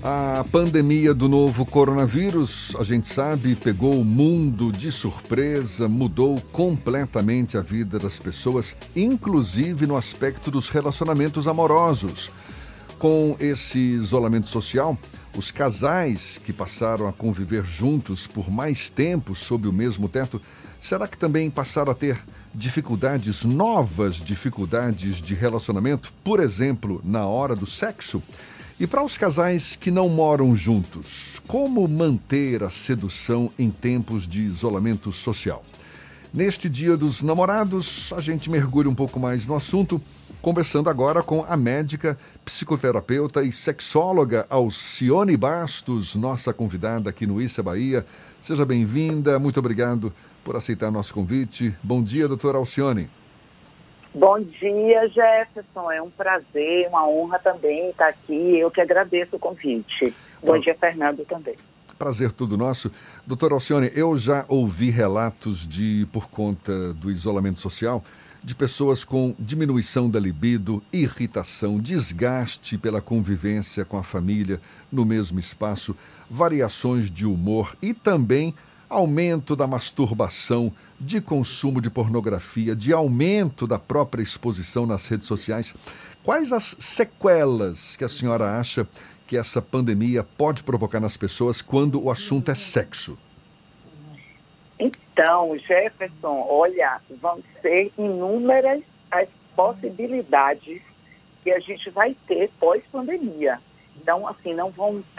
A pandemia do novo coronavírus, a gente sabe, pegou o mundo de surpresa, mudou completamente a vida das pessoas, inclusive no aspecto dos relacionamentos amorosos. Com esse isolamento social, os casais que passaram a conviver juntos por mais tempo sob o mesmo teto, será que também passaram a ter novas dificuldades de relacionamento, por exemplo, na hora do sexo? E para os casais que não moram juntos, como manter a sedução em tempos de isolamento social? Neste Dia dos Namorados, a gente mergulha um pouco mais no assunto, conversando agora com a médica, psicoterapeuta e sexóloga Alcione Bastos, nossa convidada aqui no Issa Bahia. Seja bem-vinda, muito obrigado por aceitar nosso convite. Bom dia, doutora Alcione. Bom dia, Jefferson. É um prazer, uma honra também estar aqui. Eu que agradeço o convite. Bom dia, Fernando, também. Prazer todo nosso. Doutora Alcione, eu já ouvi relatos por conta do isolamento social, de pessoas com diminuição da libido, irritação, desgaste pela convivência com a família no mesmo espaço, variações de humor e também aumento da masturbação, de consumo de pornografia, de aumento da própria exposição nas redes sociais. Quais as sequelas que a senhora acha que essa pandemia pode provocar nas pessoas quando o assunto é sexo? Então, Jefferson, olha, vão ser inúmeras as possibilidades que a gente vai ter pós-pandemia. Então, assim, não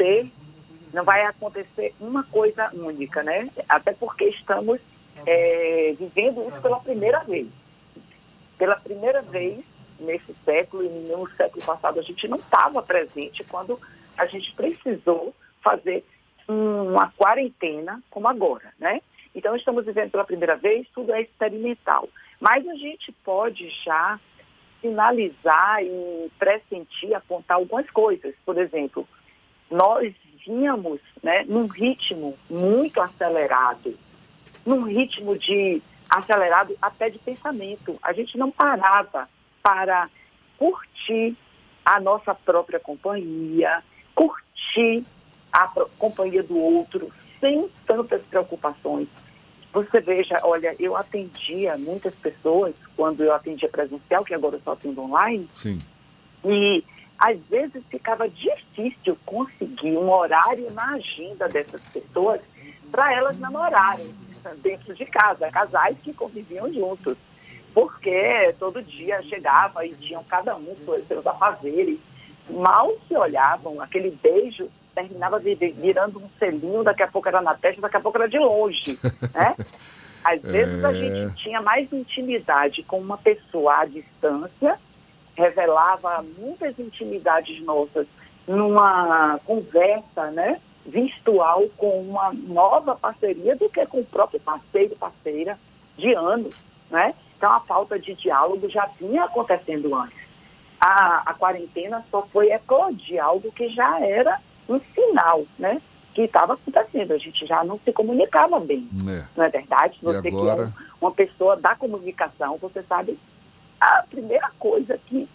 vai acontecer uma coisa única, né? Até porque estamos vivendo isso pela primeira vez. Pela primeira vez nesse século e no século passado a gente não estava presente quando a gente precisou fazer uma quarentena como agora, né? Então estamos vivendo pela primeira vez, tudo é experimental. Mas a gente pode já sinalizar e pressentir, apontar algumas coisas. Por exemplo, nós vínhamos, né, num ritmo muito acelerado, num ritmo acelerado até de pensamento. A gente não parava para curtir a nossa própria companhia, curtir a companhia do outro, sem tantas preocupações. Você veja, olha, eu atendia muitas pessoas quando eu atendia presencial, que agora eu só atendo online. Sim. E às vezes ficava difícil conseguir um horário na agenda dessas pessoas para elas namorarem dentro de casa, casais que conviviam juntos. Porque todo dia chegava e tinham cada um seus afazeres. Mal se olhavam, aquele beijo terminava virando um selinho, daqui a pouco era na testa, daqui a pouco era de longe, né? Às vezes a gente tinha mais intimidade com uma pessoa à distância, revelava muitas intimidades nossas numa conversa, né, virtual com uma nova parceria do que com o próprio parceiro, parceira de anos, né? Então a falta de diálogo já vinha acontecendo antes. A quarentena só foi eclodir algo que já era um sinal, né, que estava acontecendo. A gente já não se comunicava bem, não é verdade? Você agora... que é uma pessoa da comunicação, você sabe a primeira coisa que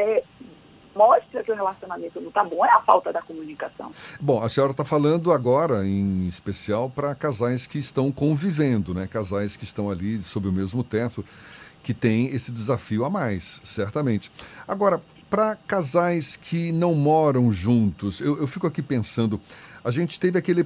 mostra que o relacionamento não está bom é a falta da comunicação. Bom, a senhora está falando agora, em especial, para casais que estão convivendo, né? Casais que estão ali sob o mesmo teto, que tem esse desafio a mais, certamente. Agora, para casais que não moram juntos, eu fico aqui pensando, a gente teve aquele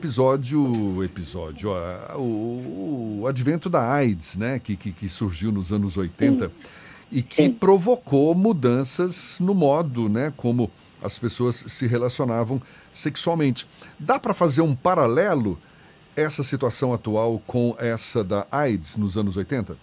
o advento da AIDS, né? Que surgiu nos anos 80. E que provocou mudanças no modo, né, como as pessoas se relacionavam sexualmente. Dá para fazer um paralelo essa situação atual com essa da AIDS nos anos 80?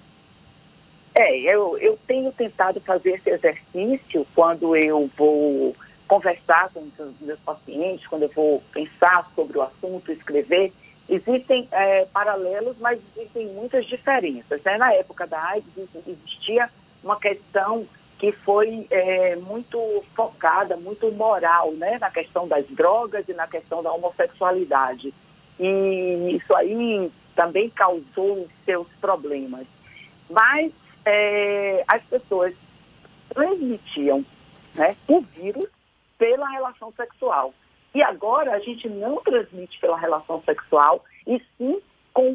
Eu tenho tentado fazer esse exercício quando eu vou conversar com os meus pacientes, quando eu vou pensar sobre o assunto, escrever. Existem paralelos, mas existem muitas diferenças, né? Na época da AIDS existia uma questão que foi muito focada, muito moral, né, na questão das drogas e na questão da homossexualidade. E isso aí também causou seus problemas. Mas as pessoas transmitiam, né, o vírus pela relação sexual. E agora a gente não transmite pela relação sexual, e sim com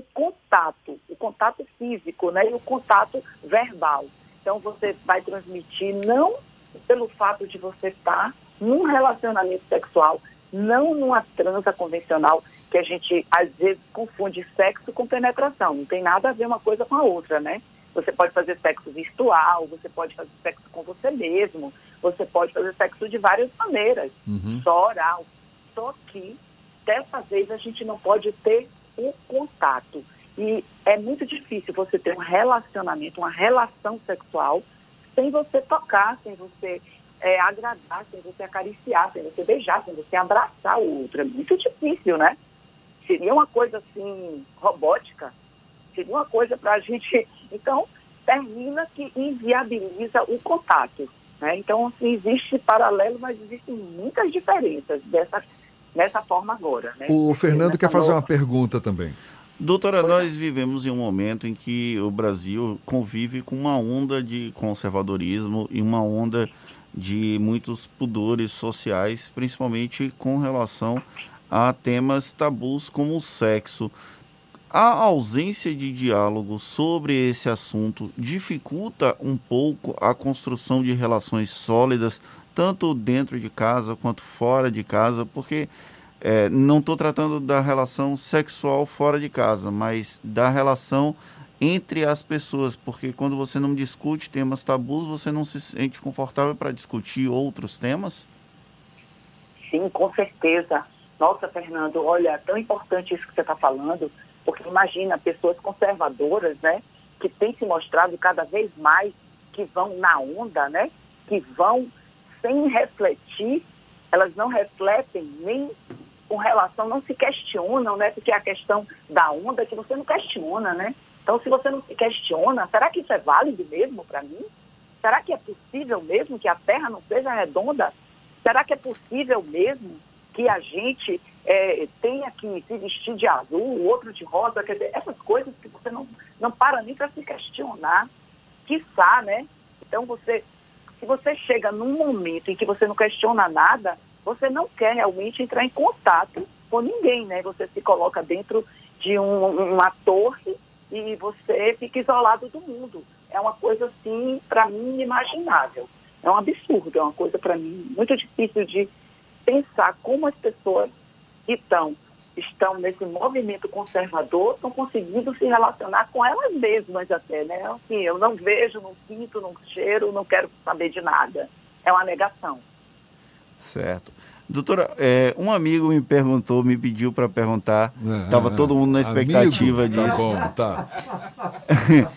o contato físico, né, e o contato verbal. Então você vai transmitir não pelo fato de você estar num relacionamento sexual, não numa transa convencional, que a gente às vezes confunde sexo com penetração. Não tem nada a ver uma coisa com a outra, né? Você pode fazer sexo virtual, você pode fazer sexo com você mesmo, você pode fazer sexo de várias maneiras, só oral. Só que, dessa vez, a gente não pode ter o contato. E é muito difícil você ter um relacionamento, uma relação sexual, sem você tocar, sem você agradar, sem você acariciar, sem você beijar, sem você abraçar o outro. É muito difícil, né? Seria uma coisa, assim, robótica. Seria uma coisa para a gente... Então, termina que inviabiliza o contato, né? Então, assim, existe paralelo, mas existem muitas diferenças nessa forma agora, né? O Fernando quer fazer uma pergunta também. Doutora, nós vivemos em um momento em que o Brasil convive com uma onda de conservadorismo e uma onda de muitos pudores sociais, principalmente com relação a temas tabus como o sexo. A ausência de diálogo sobre esse assunto dificulta um pouco a construção de relações sólidas, tanto dentro de casa quanto fora de casa, porque não estou tratando da relação sexual fora de casa, mas da relação entre as pessoas, porque quando você não discute temas tabus, você não se sente confortável para discutir outros temas? Sim, com certeza. Nossa, Fernando, olha, é tão importante isso que você está falando, porque imagina, pessoas conservadoras, né, que têm se mostrado cada vez mais, que vão na onda, né, que vão sem refletir, elas não refletem nem com relação, não se questionam, né, porque a questão da onda é que você não questiona, né. Então, se você não se questiona, será que isso é válido mesmo para mim? Será que é possível mesmo que a Terra não seja redonda? Será que é possível mesmo que a gente tenha que se vestir de azul, o outro de rosa? Quer dizer, essas coisas que você não para nem para se questionar, quiçá, né? Então, se você chega num momento em que você não questiona nada, você não quer realmente entrar em contato com ninguém, né? Você se coloca dentro de uma torre e você fica isolado do mundo. É uma coisa, assim, para mim, inimaginável. É um absurdo, é uma coisa, para mim, muito difícil de pensar como as pessoas que estão nesse movimento conservador estão conseguindo se relacionar com elas mesmas até, né? Assim, eu não vejo, não sinto, não cheiro, não quero saber de nada. É uma negação. Certo. Doutora, um amigo me pediu para perguntar, estava todo mundo na expectativa amigo? disso. Tá bom,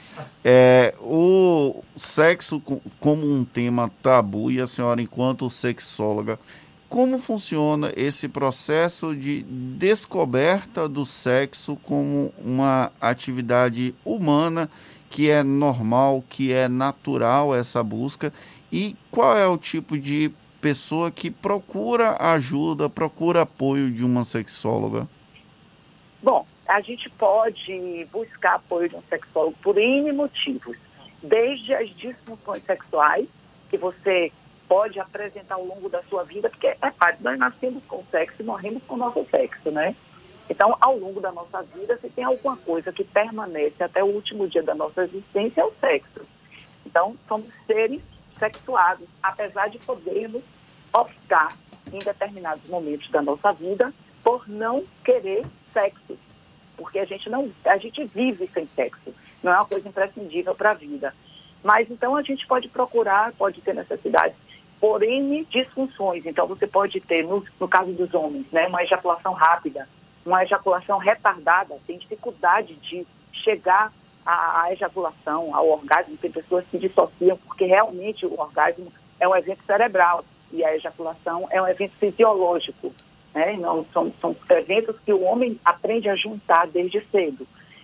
o sexo como um tema tabu, e a senhora, enquanto sexóloga, como funciona esse processo de descoberta do sexo como uma atividade humana, que é normal, que é natural essa busca, e qual é o tipo de pessoa que procura ajuda, procura apoio de uma sexóloga? Bom, a gente pode buscar apoio de um sexólogo por N motivos, desde as disfunções sexuais, que você pode apresentar ao longo da sua vida, porque nós nascemos com sexo e morremos com o nosso sexo, né? Então, ao longo da nossa vida, se tem alguma coisa que permanece até o último dia da nossa existência, é o sexo. Então, somos seres sexuados, apesar de podermos optar em determinados momentos da nossa vida por não querer sexo, porque a gente vive sem sexo, não é uma coisa imprescindível para a vida. Mas então a gente pode procurar, pode ter necessidade por N disfunções. Então você pode ter, no caso dos homens, né, uma ejaculação rápida, uma ejaculação retardada, tem dificuldade de chegar à ejaculação, ao orgasmo. Tem pessoas que dissociam porque realmente o orgasmo é um evento cerebral e a ejaculação é um evento fisiológico, né? Não, são eventos que o homem aprende a juntar desde cedo.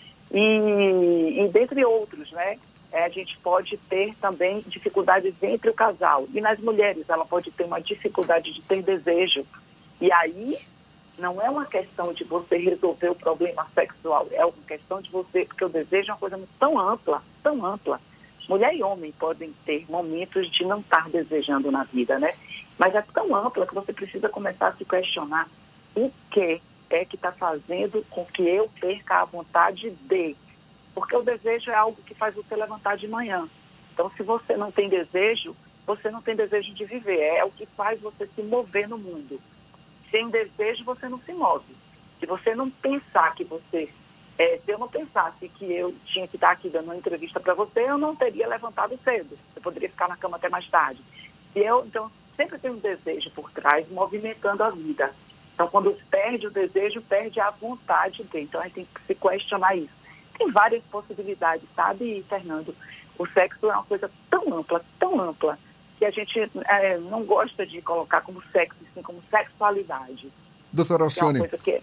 E dentre outros, né? A gente pode ter também dificuldades entre o casal. E nas mulheres, ela pode ter uma dificuldade de ter desejo. E aí, não é uma questão de você resolver o problema sexual, é uma questão de você, porque o desejo é uma coisa tão ampla, tão ampla. Mulher e homem podem ter momentos de não estar desejando na vida, né? mas é tão ampla que você precisa começar a se questionar o que é que está fazendo com que eu perca a vontade de. Porque o desejo é algo que faz você levantar de manhã. Então, se você não tem desejo, você não tem desejo de viver. É o que faz você se mover no mundo. Sem desejo, você não se move. Se você não pensar que você... se eu não pensasse que eu tinha que estar aqui dando uma entrevista para você, eu não teria levantado cedo. Eu poderia ficar na cama até mais tarde. Então, sempre tem um desejo por trás, movimentando a vida. Então, quando perde o desejo, perde a vontade de. Então, a gente tem que se questionar isso. Tem várias possibilidades, sabe, Fernando? O sexo é uma coisa tão ampla, que a gente não gosta de colocar como sexo, assim, como sexualidade. Doutora Alcione, é uma coisa que...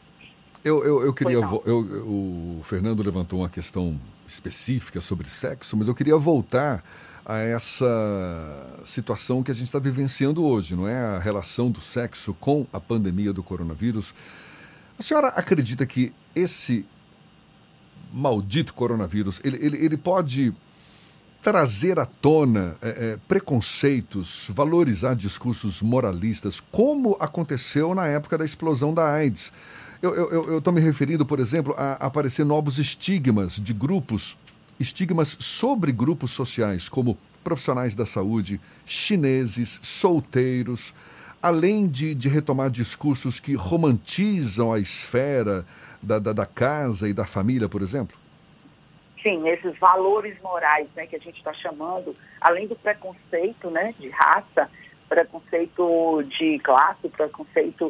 eu queria... o Fernando levantou uma questão específica sobre sexo, mas eu queria voltar a essa situação que a gente está vivenciando hoje, não é? A relação do sexo com a pandemia do coronavírus. A senhora acredita que esse maldito coronavírus, ele pode trazer à tona preconceitos, valorizar discursos moralistas, como aconteceu na época da explosão da AIDS? Eu estou me referindo, por exemplo, a aparecer novos estigmas de grupos, estigmas sobre grupos sociais, como profissionais da saúde, chineses, solteiros, além de retomar discursos que romantizam a esfera da casa e da família, por exemplo? Sim, esses valores morais, né, que a gente está chamando, além do preconceito, né, de raça, preconceito de classe, preconceito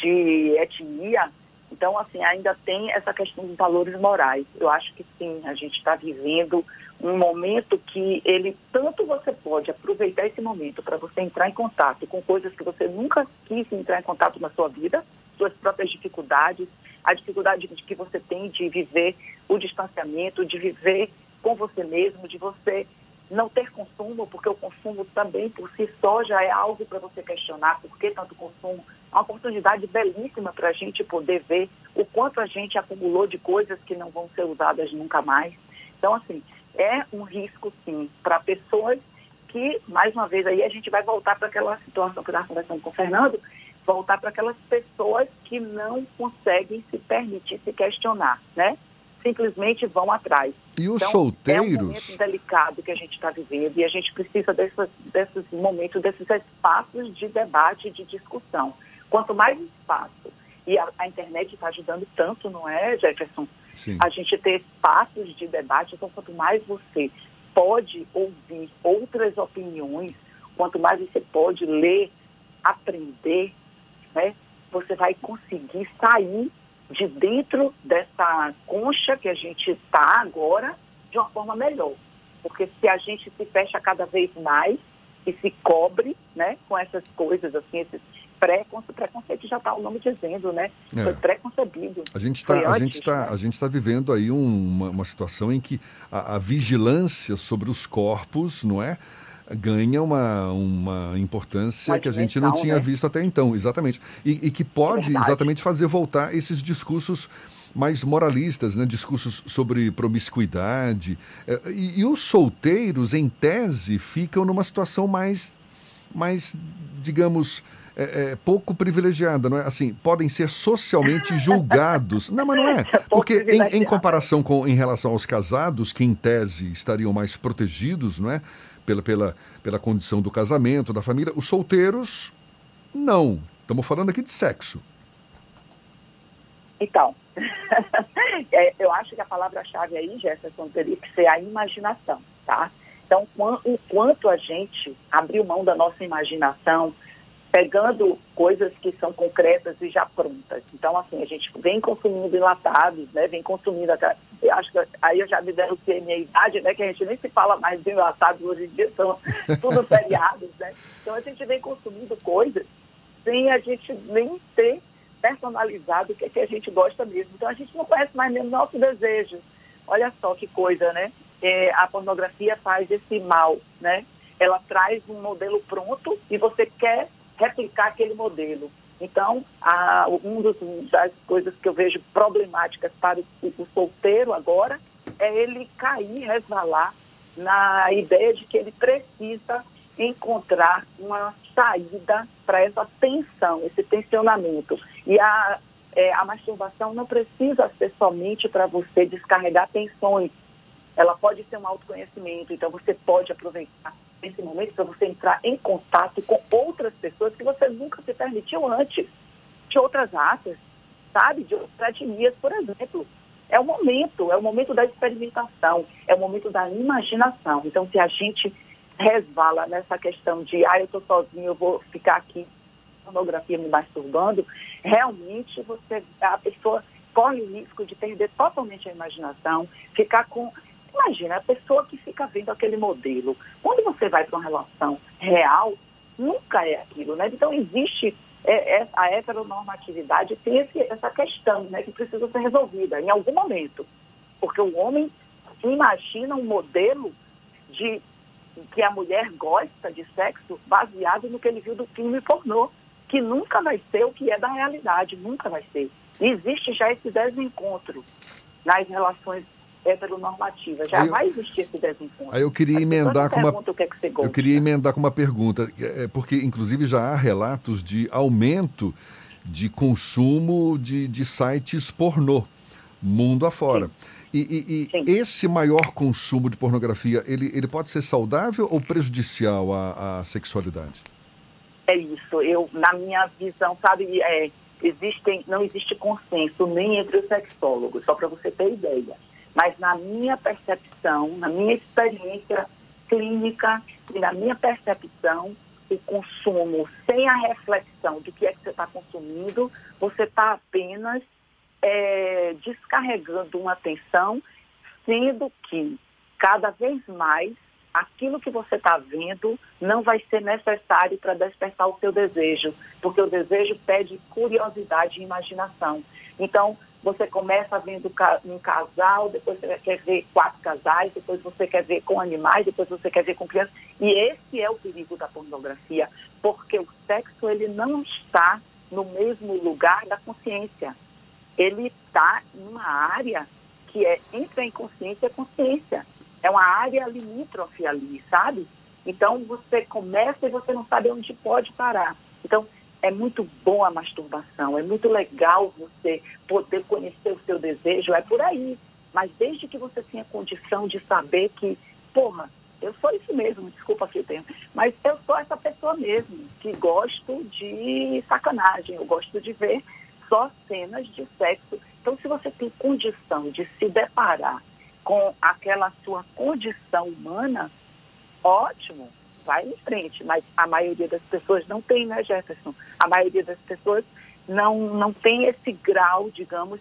de etnia. Então, assim, ainda tem essa questão dos valores morais. Eu acho que sim, a gente está vivendo um momento que tanto você pode aproveitar esse momento para você entrar em contato com coisas que você nunca quis entrar em contato na sua vida, suas próprias dificuldades, a dificuldade que você tem de viver o distanciamento, de viver com você mesmo, de você não ter consumo, porque o consumo também por si só já é algo para você questionar por que tanto consumo. É uma oportunidade belíssima para a gente poder ver o quanto a gente acumulou de coisas que não vão ser usadas nunca mais. Então, assim, é um risco, sim, para pessoas que, mais uma vez, aí a gente vai voltar para aquela situação que eu estava conversando com o Fernando, voltar para aquelas pessoas que não conseguem se permitir se questionar, né? Simplesmente vão atrás. E os então, solteiros... É um momento delicado que a gente está vivendo e a gente precisa desses momentos, desses espaços de debate, de discussão. Quanto mais espaço, e a internet está ajudando tanto, não é, Jefferson? Sim. A gente ter espaços de debate, então quanto mais você pode ouvir outras opiniões, quanto mais você pode ler, aprender, né, você vai conseguir sair de dentro dessa concha que a gente está agora de uma forma melhor. Porque se a gente se fecha cada vez mais e se cobre, né, com essas coisas, assim, esses preconceito já está o nome dizendo, né? Foi preconcebido. A gente está vivendo aí uma situação em que a vigilância sobre os corpos, não é? Ganha uma importância que a gente não tinha visto até então, exatamente. E que pode exatamente fazer voltar esses discursos mais moralistas, né? Discursos sobre promiscuidade. E os solteiros, em tese, ficam numa situação mais digamos, pouco privilegiada, não é? Assim, podem ser socialmente julgados. Não, mas não é. Porque em comparação em relação aos casados, que em tese estariam mais protegidos, não é? Pela condição do casamento, da família, os solteiros, não. Estamos falando aqui de sexo. Então, eu acho que a palavra-chave aí, Jefferson, teria que ser a imaginação, tá? Então, o quanto a gente abriu mão da nossa imaginação, pegando coisas que são concretas e já prontas. Então, assim, a gente vem consumindo enlatados, né? Vem consumindo, eu acho que aí eu já me denunciei minha idade, né? Que a gente nem se fala mais de enlatados hoje em dia, são tudo feriados, né? Então, a gente vem consumindo coisas sem a gente nem ter personalizado o que a gente gosta mesmo. Então, a gente não conhece mais mesmo o nosso desejo. Olha só que coisa, né? A pornografia faz esse mal, né? Ela traz um modelo pronto e você quer replicar aquele modelo. Então, uma das coisas que eu vejo problemáticas para o solteiro agora é ele cair, resvalar na ideia de que ele precisa encontrar uma saída para essa tensão, esse tensionamento. E a masturbação não precisa ser somente para você descarregar tensões. Ela pode ser um autoconhecimento, então você pode aproveitar esse momento para você entrar em contato com outras pessoas que você nunca se permitiu antes, de outras raças, sabe? De outras etnias, por exemplo. É o momento da experimentação, é o momento da imaginação. Então, se a gente resvala nessa questão de, eu estou sozinho, eu vou ficar aqui pornografia me masturbando, realmente a pessoa corre o risco de perder totalmente a imaginação, ficar com... Imagina, a pessoa que fica vendo aquele modelo. Quando você vai para uma relação real, nunca é aquilo, né? Então, existe a heteronormatividade, tem essa questão, né, que precisa ser resolvida em algum momento. Porque o homem imagina um modelo de que a mulher gosta de sexo baseado no que ele viu do filme pornô, que nunca vai ser o que é da realidade, nunca vai ser. E existe já esse desencontro nas relações heteronormativas, já vai existir esse desencontro. Aí eu queria emendar com uma pergunta, porque inclusive já há relatos de aumento de consumo de sites pornô, mundo afora. E esse maior consumo de pornografia, ele pode ser saudável ou prejudicial à sexualidade? É isso. Na minha visão, sabe, não existe consenso nem entre os sexólogos, só para você ter ideia. Mas na minha percepção, na minha experiência clínica e na minha percepção, o consumo sem a reflexão do que é que você está consumindo, você está apenas descarregando uma tensão, sendo que cada vez mais aquilo que você está vendo não vai ser necessário para despertar o seu desejo, porque o desejo pede curiosidade e imaginação. Então, você começa vendo um casal, depois você quer ver 4 casais, depois você quer ver com animais, depois você quer ver com crianças. E esse é o perigo da pornografia, porque o sexo ele não está no mesmo lugar da consciência. Ele está numa área que é entre a inconsciência e a consciência. É uma área limítrofe ali, sabe? Então, você começa e você não sabe onde pode parar. Então, é muito bom a masturbação, é muito legal você poder conhecer o seu desejo, é por aí. Mas desde que você tenha condição de saber que, eu sou isso mesmo, desculpa aqui o termo, mas eu sou essa pessoa mesmo, que gosto de sacanagem, eu gosto de ver só cenas de sexo. Então, se você tem condição de se deparar com aquela sua condição humana, ótimo, vai em frente. Mas a maioria das pessoas não tem, né, Jefferson? A maioria das pessoas não tem esse grau, digamos,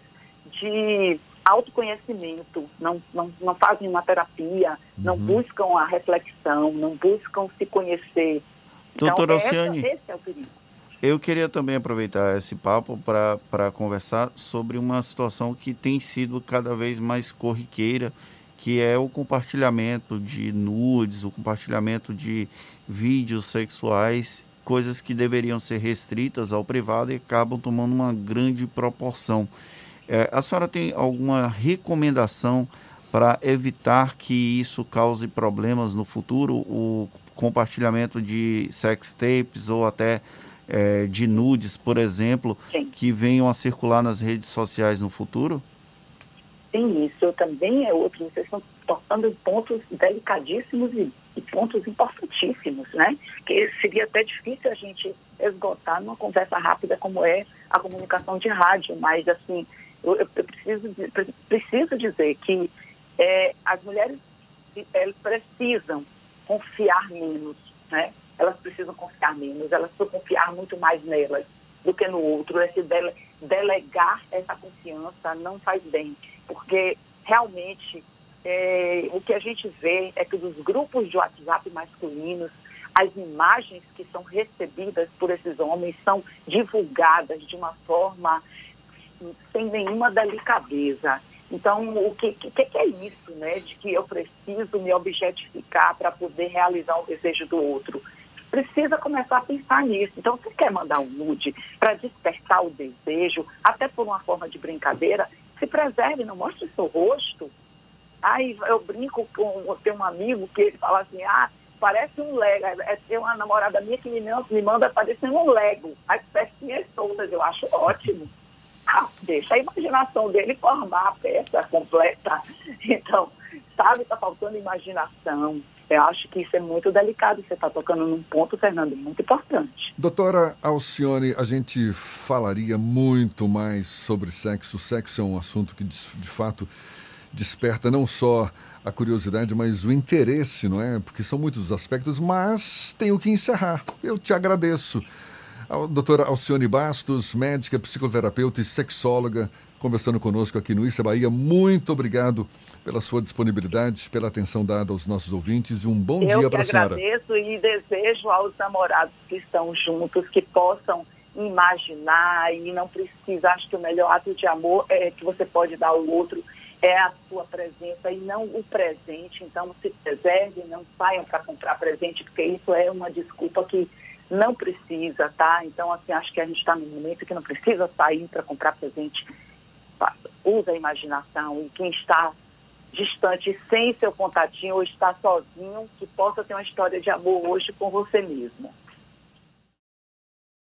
de autoconhecimento, não fazem uma terapia, não buscam a reflexão, não buscam se conhecer. Doutora Então, Alciane, esse é o perigo. Eu queria também aproveitar esse papo para conversar sobre uma situação que tem sido cada vez mais corriqueira, que é o compartilhamento de nudes, o compartilhamento de vídeos sexuais, coisas que deveriam ser restritas ao privado e acabam tomando uma grande proporção. A senhora tem alguma recomendação para evitar que isso cause problemas no futuro? O compartilhamento de sex tapes ou até de nudes, por exemplo, Sim, que venham a circular nas redes sociais no futuro? Sim, isso também é outro. Vocês estão tocando em pontos delicadíssimos e pontos importantíssimos, né? Que seria até difícil a gente esgotar numa conversa rápida como é a comunicação de rádio, mas assim, eu preciso dizer que as mulheres elas precisam confiar menos, né? Elas precisam confiar menos, elas precisam confiar muito mais nelas do que no outro. Esse delegar essa confiança não faz bem, porque realmente o que a gente vê é que dos grupos de WhatsApp masculinos, as imagens que são recebidas por esses homens são divulgadas de uma forma sem nenhuma delicadeza. Então, o que é isso, né? De que eu preciso me objetificar para poder realizar o desejo do outro. Precisa começar a pensar nisso. Então, você quer mandar um nude para despertar o desejo, até por uma forma de brincadeira, se preserve, não mostre seu rosto. Eu brinco tem um amigo que ele fala assim, parece um Lego. Tem uma namorada minha que me manda parecendo um Lego. As pecinhas soltas, eu acho ótimo. Deixa a imaginação dele formar a peça completa. Então, sabe, está faltando imaginação. Eu acho que isso é muito delicado. Você está tocando num ponto, Fernando, muito importante. Doutora Alcione, a gente falaria muito mais sobre sexo. O sexo é um assunto que, de fato, desperta não só a curiosidade, mas o interesse, não é? Porque são muitos os aspectos, mas tenho que encerrar. Eu te agradeço. A doutora Alcione Bastos, médica, psicoterapeuta e sexóloga, conversando conosco aqui no Issa Bahia. Muito obrigado pela sua disponibilidade, pela atenção dada aos nossos ouvintes e um bom dia para a senhora. Eu que agradeço e desejo aos namorados que estão juntos que possam imaginar e não precisa. Acho que o melhor ato de amor que você pode dar ao outro é a sua presença e não o presente. Então, se preservem, não saiam para comprar presente, porque isso é uma desculpa que não precisa, tá? Então, assim, acho que a gente está num momento que não precisa sair para comprar presente. Usa a imaginação e quem está distante, sem seu contatinho ou está sozinho, que possa ter uma história de amor hoje com você mesmo.